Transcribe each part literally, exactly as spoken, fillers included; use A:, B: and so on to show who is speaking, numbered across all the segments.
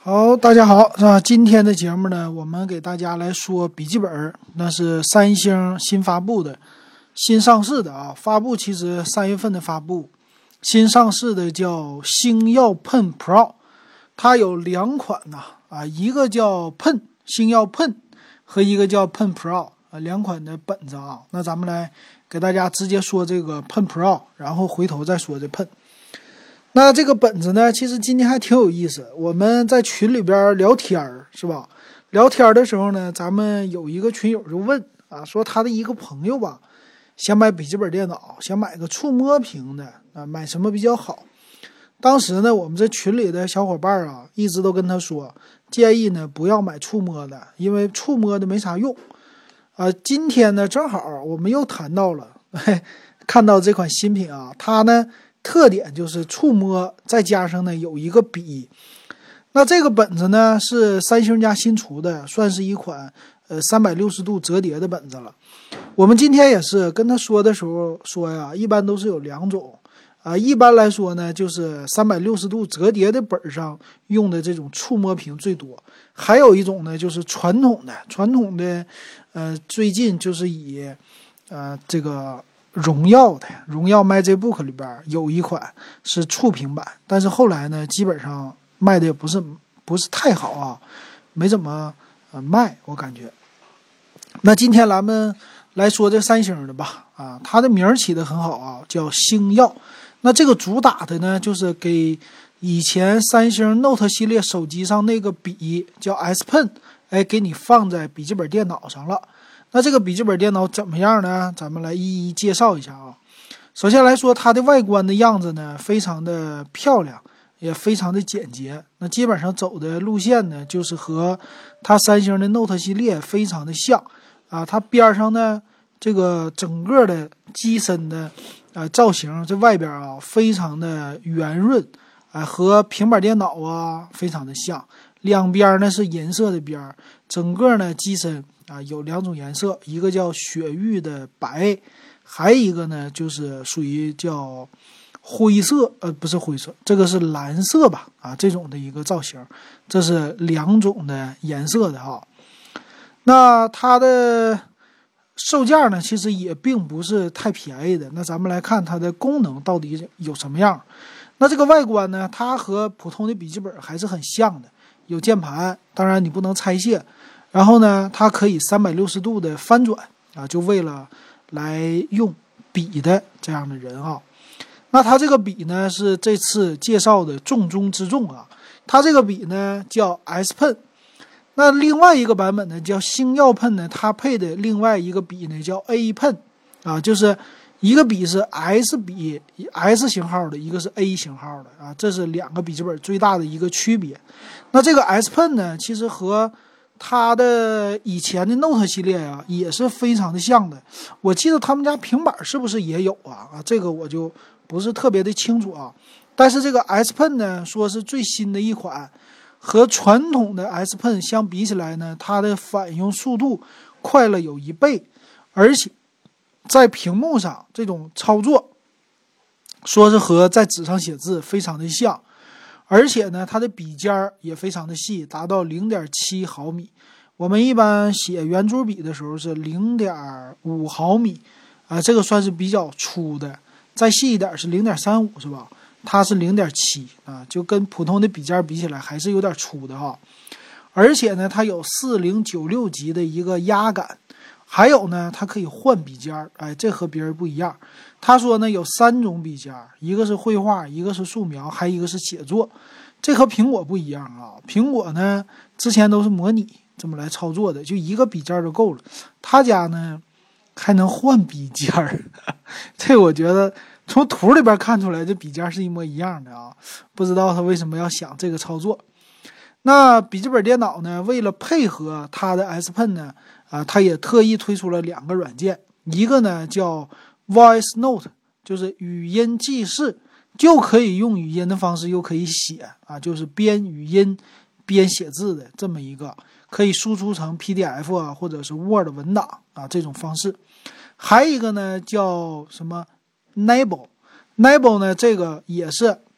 A: 好，大家好啊！今天的节目呢，我们给大家来说笔记本，那是三星新发布的、新上市的啊。发布其实三月份的发布，新上市的叫星耀 Pen Pro， 它有两款呐啊，一个叫 Pen 星耀 Pen 和一个叫 Pen Pro 啊，两款的本子啊。那咱们来给大家直接说这个 Pen Pro， 然后回头再说这 Pen。那这个本子呢，其实今天还挺有意思。我们在群里边聊天是吧？聊天的时候呢，咱们有一个群友就问啊，说他的一个朋友吧，想买笔记本电脑，想买个触摸屏的啊，买什么比较好？当时呢，我们这群里的小伙伴啊，一直都跟他说，建议呢不要买触摸的，因为触摸的没啥用啊。今天呢，正好我们又谈到了，嘿，看到这款新品啊，它呢。特点就是触摸，再加上呢有一个笔。那这个本子呢是三星家新出的，算是一款呃三百六十度折叠的本子了。我们今天也是跟他说的时候说呀，一般都是有两种啊、呃，一般来说呢就是三百六十度折叠的本上用的这种触摸屏最多，还有一种呢就是传统的传统的呃最近就是以呃这个。荣耀的荣耀 MagicBook 里边有一款是触屏版，但是后来呢基本上卖的也不是不是太好啊，没怎么呃卖我感觉。那今天咱们来说这三星的吧，啊，它的名起的很好啊，叫星耀。那这个主打的呢就是给以前三星 Note 系列手机上那个笔叫 S Pen， 哎，给你放在笔记本电脑上了。那这个笔记本电脑怎么样呢？咱们来一一介绍一下啊。首先来说，它的外观的样子呢，非常的漂亮，也非常的简洁。那基本上走的路线呢，就是和它三星的 Note 系列非常的像啊。它边上呢，这个整个的机身的啊造型，这外边啊非常的圆润啊，和平板电脑啊非常的像。两边呢是银色的边，整个呢机身。啊，有两种颜色，一个叫雪域的白，还有一个呢就是属于叫灰色，呃，不是灰色，这个是蓝色吧？啊，这种的一个造型，这是两种的颜色的哈。那它的售价呢，其实也并不是太便宜的。那咱们来看它的功能到底有什么样。那这个外观呢，它和普通的笔记本还是很像的，有键盘，当然你不能拆卸。然后呢，它可以三百六十度的翻转啊，就为了来用笔的这样的人啊。那它这个笔呢，是这次介绍的重中之重啊。它这个笔呢叫 S Pen， 那另外一个版本呢叫星耀 Pen 呢，它配的另外一个笔呢叫 A Pen 啊，就是一个笔是 S 笔 S 型号的，一个是 A 型号的啊，这是两个笔记本最大的一个区别。那这个 S Pen 呢，其实和它的以前的 Note 系列啊，也是非常的像的。我记得他们家平板是不是也有啊？啊，这个我就不是特别的清楚啊。但是这个 S Pen 呢，说是最新的一款，和传统的 S Pen 相比起来呢，它的反应速度快了有一倍，而且在屏幕上这种操作，说是和在纸上写字非常的像。而且呢，它的笔尖也非常的细，达到 零点七毫米。我们一般写圆珠笔的时候是 零点五毫米，啊、呃，这个算是比较粗的。再细一点是 零点三五，是吧？它是 零点七啊，就跟普通的笔尖比起来还是有点粗的哈。而且呢，它有四零九六级的一个压感，还有呢，它可以换笔尖，哎，这和别人不一样。他说呢，有三种笔尖，一个是绘画，一个是素描，还有一个是写作。这和苹果不一样啊，苹果呢之前都是模拟这么来操作的，就一个笔尖就够了。他家呢还能换笔尖，这我觉得从图里边看出来，这笔尖是一模一样的啊，不知道他为什么要想这个操作。那笔记本电脑呢，为了配合它的 S Pen 呢，啊，它也特意推出了两个软件，一个呢叫 Voice Note， 就是语音记事，就可以用语音的方式又可以写啊，就是边语音边写字的这么一个，可以输出成 P D F 啊，或者是 Word 文档啊这种方式。还有一个呢叫什么 Nable，Nable 呢这个也是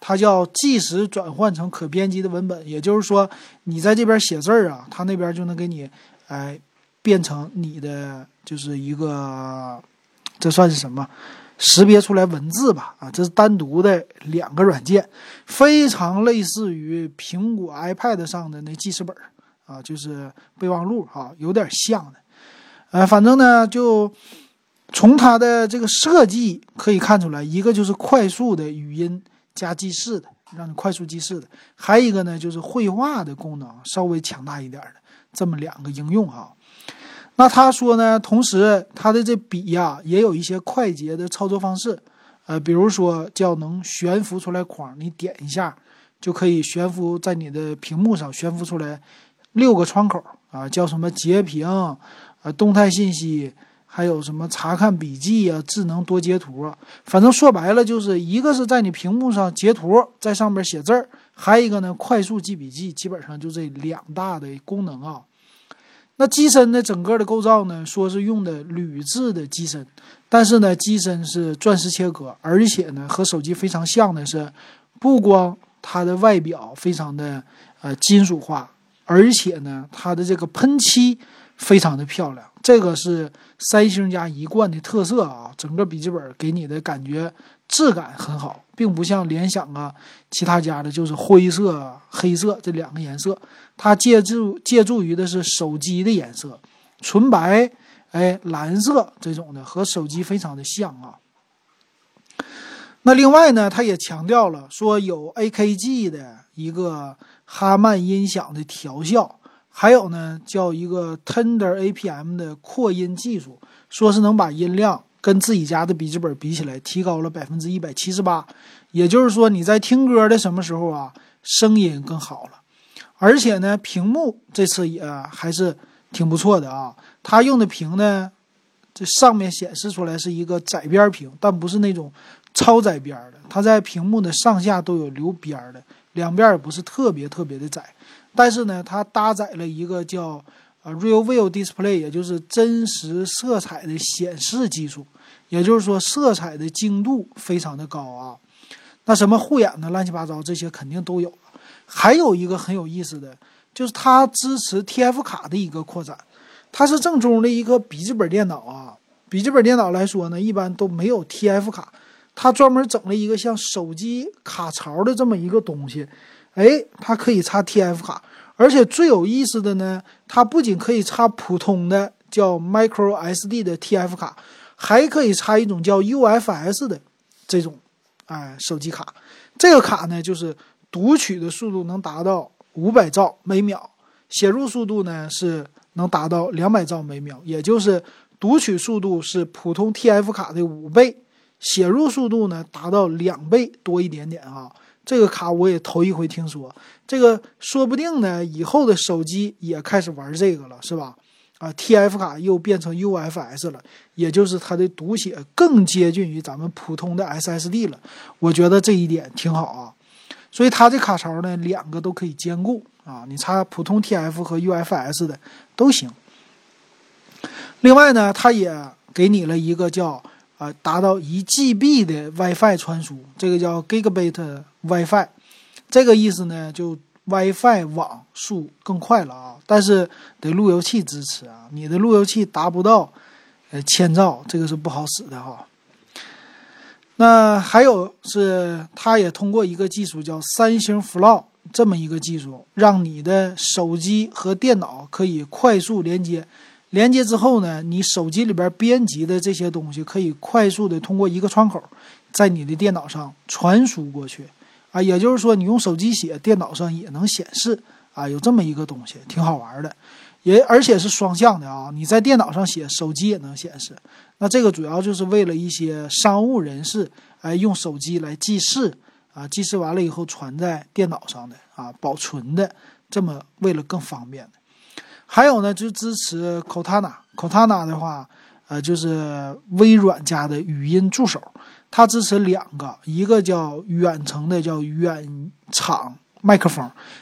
A: 它叫即时转换成可编辑的文本，也就是说你在这边写字儿啊，它那边就能给你哎变成你的就是一个，这算是什么？识别出来文字吧，啊，这是单独的两个软件，非常类似于苹果 iPad 上的那记事本啊，就是备忘录啊，有点像的。呃，反正呢，就从它的这个设计可以看出来，一个就是快速的语音加记事的，让你快速记事的，还有一个呢就是绘画的功能稍微强大一点的，这么两个应用啊。那他说呢，同时他的这笔呀、啊、也有一些快捷的操作方式，呃，比如说叫能悬浮出来框，你点一下就可以悬浮在你的屏幕上，悬浮出来六个窗口啊，叫什么截屏、呃动态信息，还有什么查看笔记啊、智能多截图啊，反正说白了就是一个是在你屏幕上截图，在上面写字儿，还有一个呢快速记笔记，基本上就这两大的功能啊。那机身的整个的构造呢，说是用的铝制的机身，但是呢，机身是钻石切割，而且呢，和手机非常像的是，不光它的外表非常的呃金属化，而且呢，它的这个喷漆非常的漂亮，这个是三星家一贯的特色啊。整个笔记本给你的感觉质感很好，并不像联想啊其他家的就是灰色、黑色这两个颜色，它借助借助于的是手机的颜色，纯白、哎蓝色这种的，和手机非常的像啊。那另外呢，它也强调了说有 A K G 的一个哈曼音响的调校，还有呢叫一个 Tender A P M 的扩音技术，说是能把音量跟自己家的笔记本比起来提高了百分之一百七十八，也就是说你在听歌的什么时候啊，声音更好了。而且呢，屏幕这次也还是挺不错的啊。它用的屏呢，这上面显示出来是一个窄边屏，但不是那种超窄边的，它在屏幕的上下都有留边的，两边也不是特别特别的窄。但是呢，它搭载了一个叫呃 Real View Display， 也就是真实色彩的显示技术，也就是说色彩的精度非常的高啊。那什么护眼的乱七八糟这些肯定都有了。还有一个很有意思的，就是它支持 T F 卡的一个扩展。它是正宗的一个笔记本电脑啊，笔记本电脑来说呢，一般都没有 T F 卡，它专门整了一个像手机卡槽的这么一个东西，哎，它可以插 T F 卡，而且最有意思的呢，它不仅可以插普通的叫 Micro S D 的 T F 卡，还可以插一种叫 U F S 的这种哎手机卡。这个卡呢，就是读取的速度能达到五百兆每秒，写入速度呢是能达到两百兆每秒，也就是读取速度是普通 T F 卡的五倍，写入速度呢达到两倍多一点点啊。这个卡我也头一回听说，这个说不定呢以后的手机也开始玩这个了，是吧？啊 ，T F 卡又变成 U F S 了，也就是它的读写更接近于咱们普通的 S S D 了。我觉得这一点挺好啊。所以它这卡槽呢，两个都可以兼顾啊，你插普通 T F 和 U F S 的都行。另外呢，它也给你了一个叫呃达到一 G B 的 WiFi 传输，这个叫 Gigabit WiFi， 这个意思呢就 WiFi 网速更快了啊，但是得路由器支持啊，你的路由器达不到呃千兆，这个是不好使的哈。那还有是它也通过一个技术叫三星 Flow 这么一个技术，让你的手机和电脑可以快速连接，连接之后呢，你手机里边编辑的这些东西可以快速的通过一个窗口在你的电脑上传输过去啊，也就是说你用手机写，电脑上也能显示啊，有这么一个东西挺好玩的，也而且是双向的啊，你在电脑上写，手机也能显示。那这个主要就是为了一些商务人士，哎，用手机来记事啊，记事完了以后传在电脑上的啊，保存的，这么为了更方便的。还有呢，就支持 Cortana，Cortana 的话，呃，就是微软家的语音助手，它支持两个，一个叫远程的叫远场麦克风，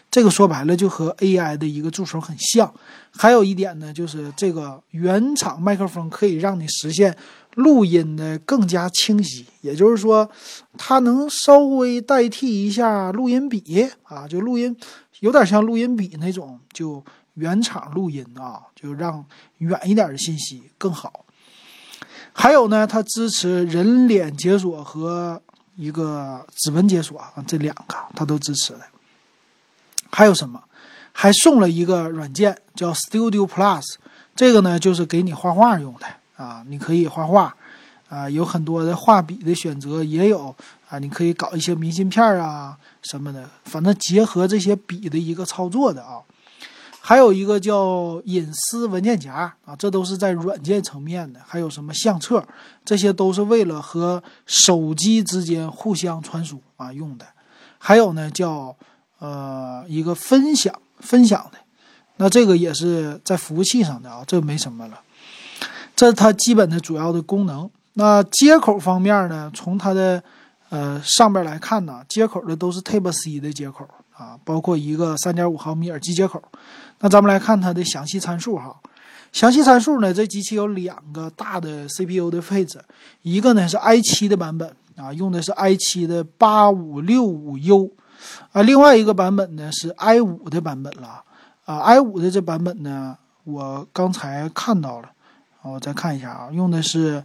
A: 这个说白了就和 A I 的一个助手很像。还有一点呢，就是这个原厂麦克风可以让你实现录音的更加清晰，也就是说它能稍微代替一下录音笔啊，就录音有点像录音笔那种，就原厂录音啊，就让远一点的信息更好。还有呢，它支持人脸解锁和一个指纹解锁啊，这两个它都支持的。还有什么？还送了一个软件叫 Studio Plus， 这个呢就是给你画画用的啊，你可以画画啊，有很多的画笔的选择，也有啊，你可以搞一些明信片啊什么的，反正结合这些笔的一个操作的啊。还有一个叫隐私文件夹啊，这都是在软件层面的。还有什么相册，这些都是为了和手机之间互相传输啊用的。还有呢叫呃一个分享分享的，那这个也是在服务器上的啊，这没什么了。这是它基本的主要的功能。那接口方面呢，从它的呃上边来看呢，接口的都是 Type C 的接口啊，包括一个 三点五毫米耳机接口。那咱们来看它的详细参数哈。详细参数呢，这机器有两个大的 C P U 的配置，一个呢是 i 七 的版本啊，用的是 i 七 的 八五六五 U 啊，另外一个版本呢是 i 五 的版本了啊 ，i 五 的这版本呢，我刚才看到了，我再看一下啊，用的是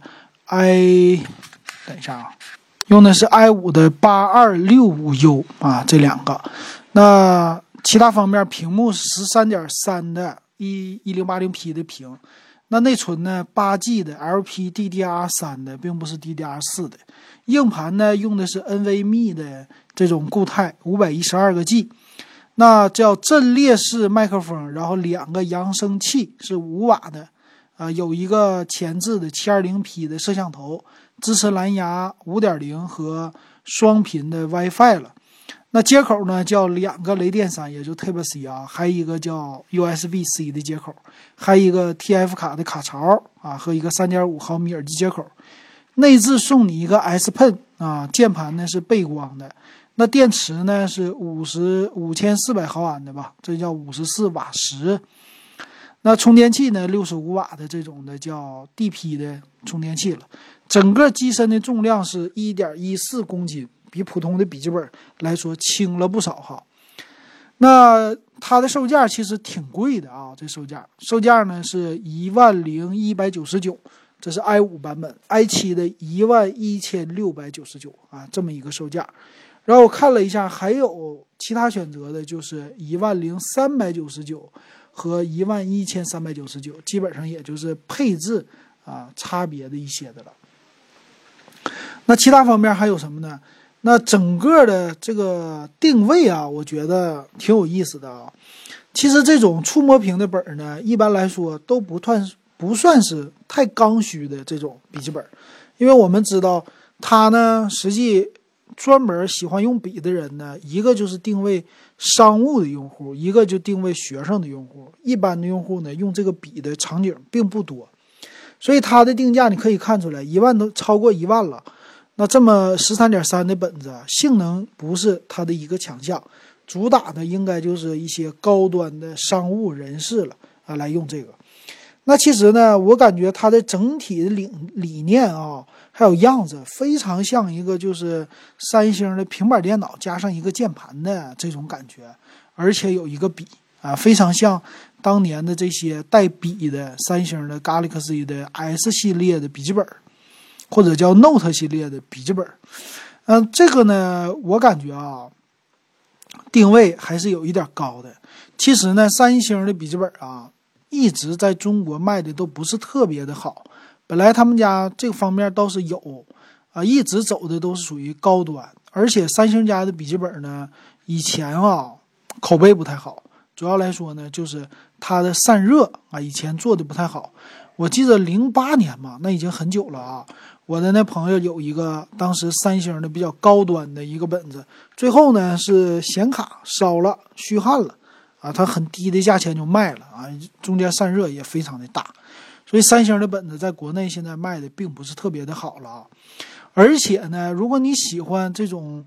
A: i， 等一下啊，用的是 i 五 的 八二六五 U 啊，这两个。那其他方面，屏幕是 十三点三 的一零八零 P 的屏，那内存呢 八 G 的 L P D D R 三 的，并不是 D D R 四 的。硬盘呢用的是 NVMe 的这种固态五百一十二个 G。那叫阵列式麦克风，然后两个扬声器是五瓦的，呃，有一个前置的 七二零 P 的摄像头，支持蓝牙 五点零 和双频的 WiFi 了。那接口呢叫两个雷电三，也就 Type C 啊，还有一个叫 U S B C 的接口，还有一个 T F 卡的卡槽啊，和一个 三点五毫米耳机接口。内置送你一个 S Pen 啊，键盘呢是背光的。那电池呢是五十五千四百毫安的吧，这叫五十四瓦时。那充电器呢六十五瓦的这种的叫 D P 的充电器了。整个机身的重量是 一点一四公斤，比普通的笔记本来说轻了不少哈。那它的售价其实挺贵的啊，这售价售价呢是一万零一百九十九，这是 i 五 版本 ，i 七 的一万一千六百九十九啊，这么一个售价。然后我看了一下，还有其他选择的，就是一万零三百九十九和一万一千三百九十九，基本上也就是配置啊差别的一些的了。那其他方面还有什么呢？那整个的这个定位啊，我觉得挺有意思的啊。其实这种触摸屏的本呢，一般来说都不算不算是太刚需的这种笔记本，因为我们知道它呢，实际专门喜欢用笔的人呢，一个就是定位商务的用户，一个就定位学生的用户。一般的用户呢，用这个笔的场景并不多，所以它的定价你可以看出来，一万都超过一万了。那这么 十三点三 的本子，性能不是它的一个强项，主打的应该就是一些高端的商务人士了啊，来用这个。那其实呢，我感觉它的整体的理理念啊，还有样子，非常像一个就是三星的平板电脑加上一个键盘的这种感觉，而且有一个笔啊，非常像当年的这些带笔的三星的 Galaxy 的 S 系列的笔记本，或者叫 Note 系列的笔记本。嗯、呃，这个呢，我感觉啊，定位还是有一点高的。其实呢，三星的笔记本啊，一直在中国卖的都不是特别的好。本来他们家这个方面倒是有啊，一直走的都是属于高端。而且三星家的笔记本呢，以前啊口碑不太好，主要来说呢，就是它的散热啊，以前做的不太好。我记得零八年嘛，那已经很久了啊。我的那朋友有一个当时三星的比较高端的一个本子，最后呢是显卡烧了，虚焊了啊，它很低的价钱就卖了啊，中间散热也非常的大，所以三星的本子在国内现在卖的并不是特别的好了啊。而且呢，如果你喜欢这种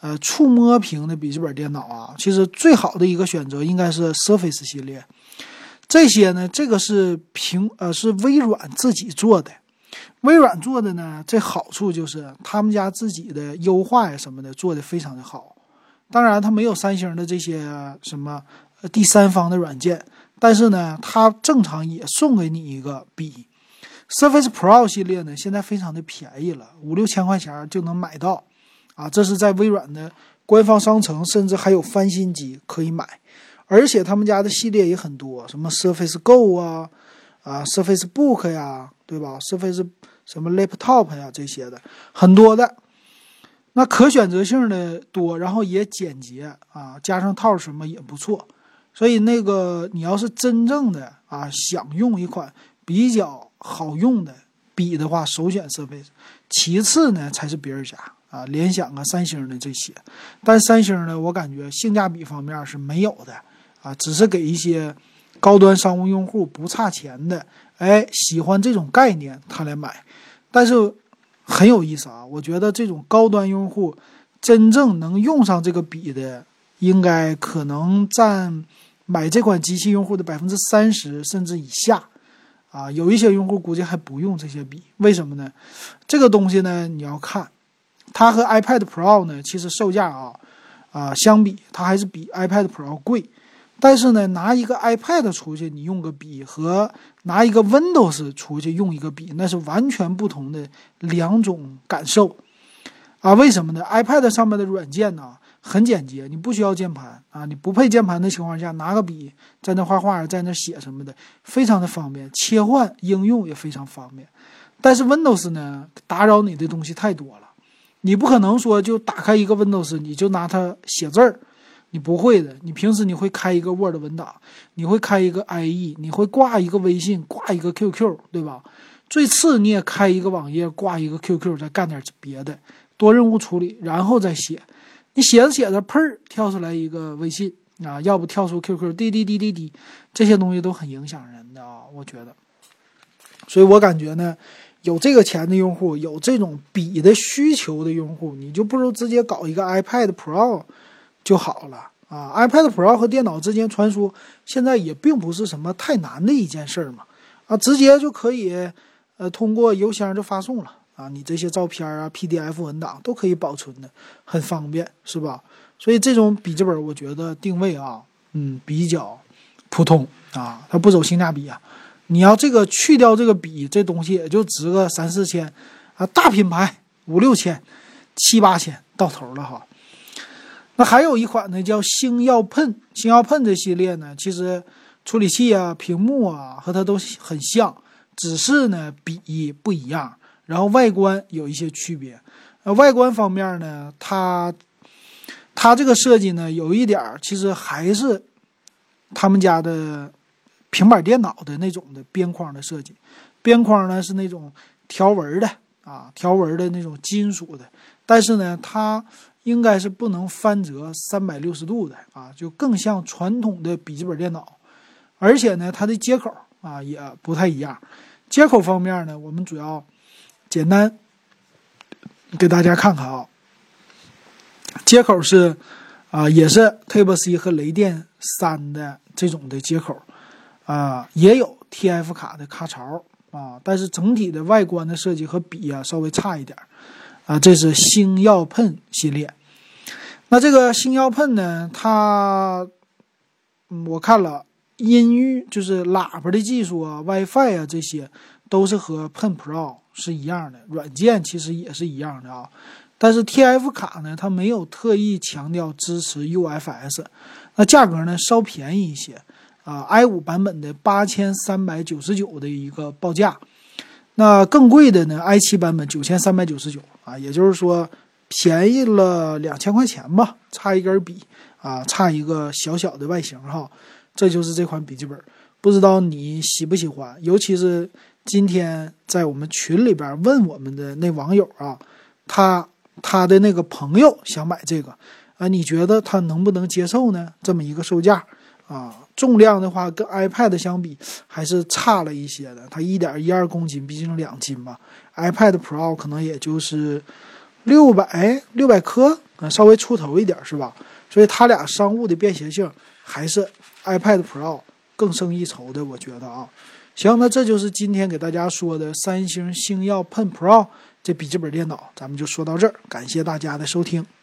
A: 呃触摸屏的笔记本电脑啊，其实最好的一个选择应该是 Surface 系列。这些呢，这个是平呃是微软自己做的。微软做的呢，这好处就是他们家自己的优化呀什么的做的非常的好。当然，它没有三星的这些什么第三方的软件，但是呢，它正常也送给你一个笔。Surface Pro 系列呢，现在非常的便宜了，五六千块钱就能买到啊！这是在微软的官方商城，甚至还有翻新机可以买。而且他们家的系列也很多，什么 Surface Go 啊，啊 Surface Book 呀，对吧 ？Surface 什么 Laptop 呀这些的很多的。那可选择性的多，然后也简洁啊，加上套什么也不错。所以那个你要是真正的啊想用一款比较好用的笔的话，首选 Surface， 其次呢才是别人家啊，联想啊、三星的这些。但三星呢，我感觉性价比方面是没有的啊，只是给一些高端商务用户不差钱的，哎，喜欢这种概念他来买。但是很有意思啊，我觉得这种高端用户真正能用上这个笔的，应该可能占买这款机器用户的百分之三十甚至以下啊。有一些用户估计还不用这些笔，为什么呢？这个东西呢，你要看它和 iPad Pro 呢，其实售价啊啊相比，它还是比 iPad Pro 贵。但是呢，拿一个 iPad 出去你用个笔和拿一个 Windows 出去用一个笔，那是完全不同的两种感受啊！为什么呢 ？iPad 上面的软件呢很简洁，你不需要键盘啊，你不配键盘的情况下，拿个笔在那画画，在那写什么的，非常的方便，切换应用也非常方便。但是 Windows 呢，打扰你的东西太多了，你不可能说就打开一个 Windows 你就拿它写字儿。你不会的，你平时你会开一个 Word 文档，你会开一个 I E， 你会挂一个微信，挂一个 Q Q， 对吧？最次你也开一个网页，挂一个 Q Q， 再干点别的，多任务处理，然后再写。你写着写着，砰，跳出来一个微信啊，要不跳出 Q Q， 滴滴滴滴滴，这些东西都很影响人的啊，我觉得。所以我感觉呢，有这个钱的用户，有这种笔的需求的用户，你就不如直接搞一个 iPad Pro。就好了啊 ！iPad Pro 和电脑之间传输，现在也并不是什么太难的一件事嘛，啊，直接就可以，呃，通过邮箱就发送了啊，你这些照片啊、P D F 文档都可以保存的，很方便，是吧？所以这种笔记本，我觉得定位啊，嗯，比较普通啊，它不走性价比啊。你要这个去掉这个笔，这东西也就值个三四千啊，大品牌五六千、七八千到头了哈。那还有一款呢，叫星耀Pen，星耀Pen这系列呢，其实处理器啊、屏幕啊和它都很像，只是呢笔不一样，然后外观有一些区别。呃，外观方面呢，它它这个设计呢，有一点其实还是他们家的平板电脑的那种的边框的设计，边框呢是那种条纹的啊，条纹的那种金属的，但是呢，它应该是不能翻折三百六十度的啊，就更像传统的笔记本电脑。而且呢，它的接口啊也不太一样。接口方面呢，我们主要简单给大家看看啊。接口是啊，也是 Type C 和雷电三的这种的接口啊，也有 T F 卡的卡槽啊，但是整体的外观的设计和笔啊稍微差一点。啊，这是星耀Pen系列。那这个星耀Pen呢，它，嗯，我看了音域就是喇叭的技术啊 ，WiFi 啊这些都是和 Pen Pro 是一样的，软件其实也是一样的啊。但是 T F 卡呢，它没有特意强调支持 U F S， 那价格呢稍便宜一些啊 ，i 五 版本的八千三百九十九的一个报价。那更贵的呢 ，i 七 版本九千三百九十九啊，也就是说便宜了两千块钱吧，差一根笔啊，差一个小小的外形哈。这就是这款笔记本，不知道你喜不喜欢？尤其是今天在我们群里边问我们的那网友啊，他他的那个朋友想买这个啊，你觉得他能不能接受呢？这么一个售价啊？重量的话跟 iPad 相比还是差了一些的，它 一点一二公斤，毕竟两斤吧。iPad Pro 可能也就是六百六百克啊，稍微出头一点是吧？所以它俩商务的便携性还是 iPad Pro 更胜一筹的，我觉得啊。行，那这就是今天给大家说的三星星耀 Pen Pro 这笔记本电脑，咱们就说到这儿，感谢大家的收听。